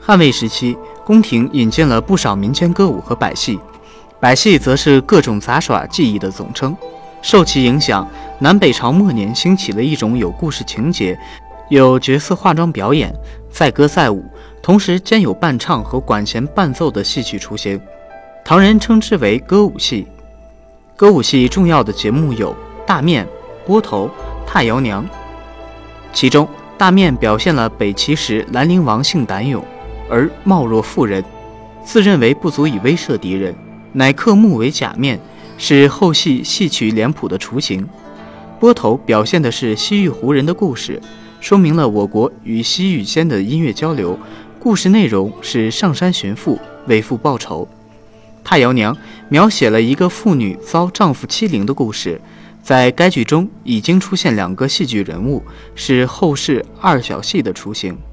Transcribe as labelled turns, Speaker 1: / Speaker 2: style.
Speaker 1: 汉魏时期，宫廷引进了不少民间歌舞和百戏，百戏则是各种杂耍技艺的总称。受其影响，南北朝末年兴起了一种有故事情节、有角色化妆表演、载歌载舞，同时兼有伴唱和管弦伴奏的戏曲雏形，唐人称之为歌舞戏。歌舞戏重要的节目有大面、拨头、踏摇娘。其中大面表现了北齐时兰陵王性胆勇而貌若妇人，自认为不足以威慑敌人，乃刻木为假面，是后戏戏曲脸谱的雏形。拨头表现的是西域胡人的故事，说明了我国与西域间的音乐交流，故事内容是上山寻父，为父报仇。踏摇娘描写了一个妇女遭丈夫欺凌的故事，在该剧中已经出现2个戏剧人物，是后世二小戏的雏形。